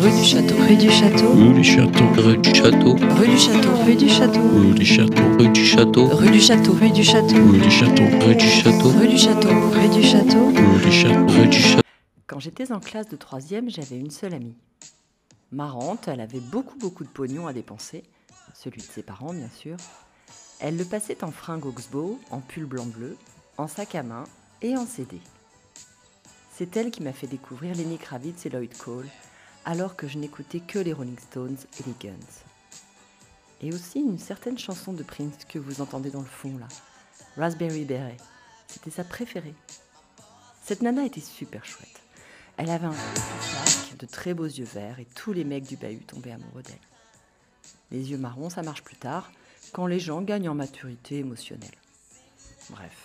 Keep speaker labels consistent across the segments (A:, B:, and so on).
A: Rue du Château. Rue du Château.
B: Rue du Château. Rue du Château.
A: Rue du Château. Rue du Château.
B: Rue du Château. Rue du Château.
A: Rue du Château. Rue du Château.
B: Rue du Château. Rue du Château.
A: Rue du Château. Rue du Château.
B: Rue du Château. Rue du Château.
C: Quand j'étais en classe de 3e, j'avais une seule amie. Marrante, elle avait beaucoup de pognon à dépenser, celui de ses parents bien sûr. Elle le passait en fringues Oxbow, en pull blanc-bleu, en sac à main et en CD. C'est elle qui m'a fait découvrir Lenny Kravitz et Lloyd Cole, alors que je n'écoutais que les Rolling Stones et les Guns. Et aussi une certaine chanson de Prince que vous entendez dans le fond là, Raspberry Beret. C'était sa préférée. Cette nana était super chouette. Elle avait un sac, de très beaux yeux verts et tous les mecs du bahut tombaient amoureux d'elle. Les yeux marrons, ça marche plus tard, quand les gens gagnent en maturité émotionnelle. Bref.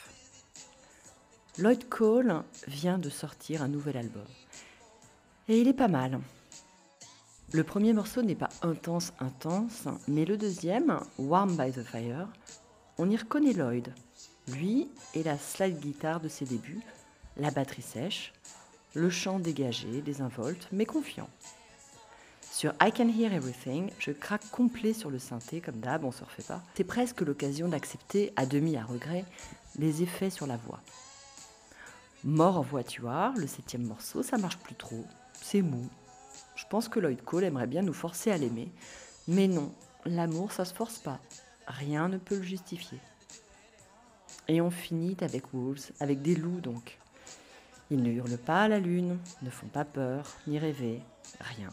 C: Lloyd Cole vient de sortir un nouvel album. Et il est pas mal. Le premier morceau n'est pas intense, mais le deuxième, Warm by the Fire, on y reconnaît Lloyd. Lui et la slide guitare de ses débuts, la batterie sèche, le chant dégagé, désinvolte, mais confiant. Sur I Can Hear Everything, je craque complet sur le synthé, comme d'hab, on se refait pas. C'est presque l'occasion d'accepter, à demi à regret, les effets sur la voix. Mort en voiture, le 7e morceau, ça marche plus trop, c'est mou. Je pense que Lloyd Cole aimerait bien nous forcer à l'aimer, mais non, l'amour ça se force pas, rien ne peut le justifier. Et on finit avec Wolves, avec des loups donc. Ils ne hurlent pas à la lune, ne font pas peur, ni rêver, rien.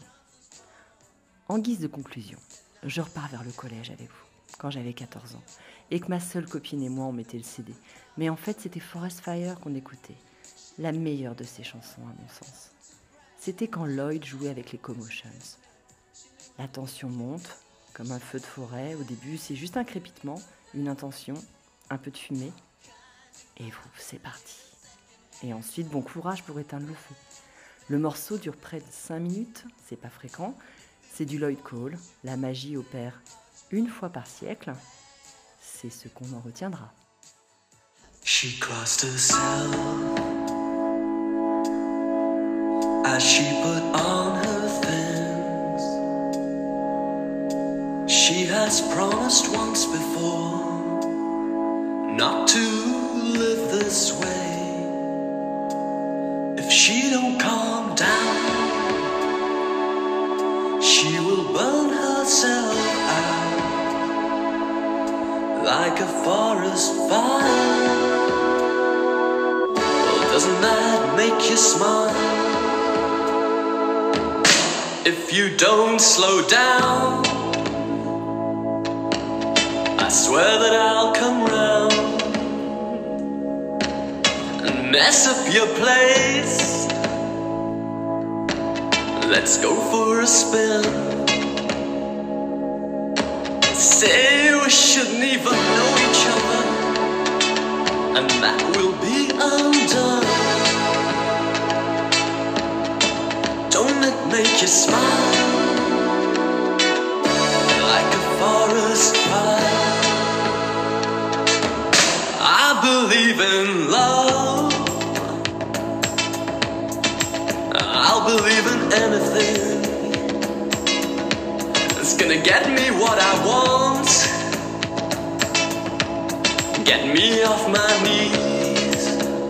C: En guise de conclusion, je repars vers le collège avec vous, quand j'avais 14 ans, et que ma seule copine et moi on mettait le CD. Mais en fait c'était Forest Fire qu'on écoutait, la meilleure de ses chansons à mon sens. C'était quand Lloyd jouait avec les Commotions. La tension monte, comme un feu de forêt, au début c'est juste un crépitement, une intention, un peu de fumée, et vous, c'est parti. Et ensuite, bon courage pour éteindre le feu. Le morceau dure près de 5 minutes, c'est pas fréquent. C'est du Lloyd Cole, la magie opère une fois par siècle. C'est ce qu'on en retiendra.
D: She crossed herself as she put on her things. She has promised once before not to live this way. If she don't calm down, she will burn herself out like a forest fire. Well, doesn't that make you smile? If you don't slow down, I swear that I'll come round and mess up your place. Let's go for a spin. Say we shouldn't even know each other, and that will be undone. Don't it make you smile like a forest fire? I believe in love, I'll believe in anything. It's gonna get me what I want, get me off my knees,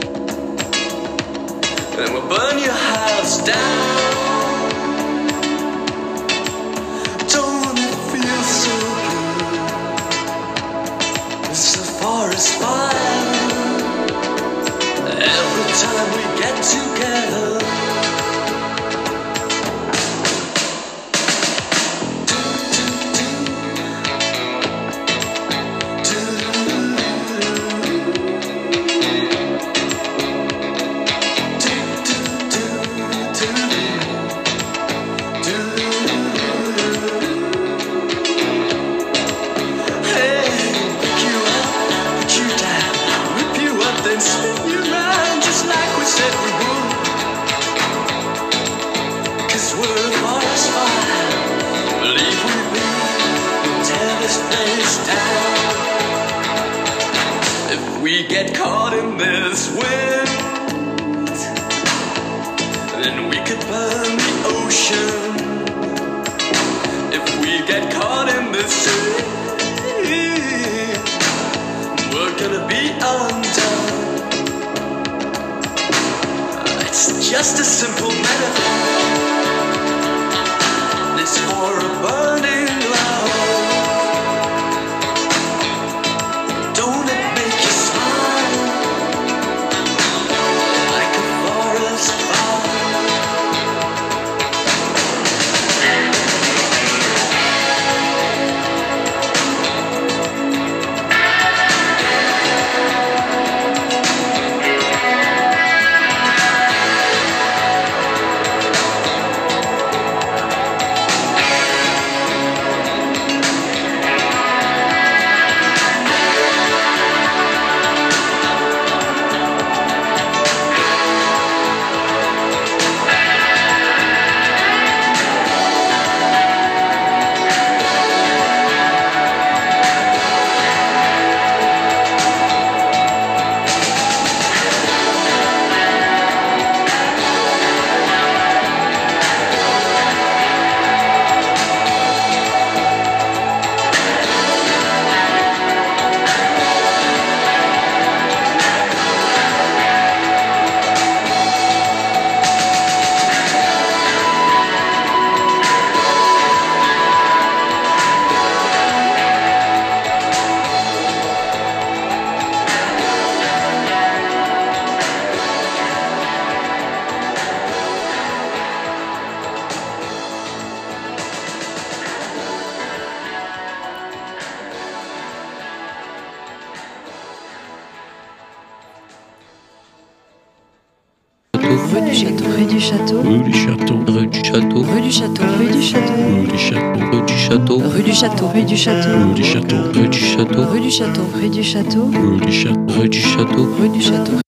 D: and we'll burn your house down. Don't it feel so good? It's a forest fire. Every time we get together, we get caught in this wind, then we could burn the ocean. just a simple metaphor. This for a burning love. Don't it make you smile like a forest fire?
A: Rue du château. Rue du château.
B: Rue du château. Rue du château.
A: Rue du château. Rue du château.
B: Rue du château. Rue du château.
A: Rue du château. Rue du château.
B: Rue du château. Rue du château.
A: Rue du château. Rue du château.
B: Rue du château. Rue du château.
A: Rue du château.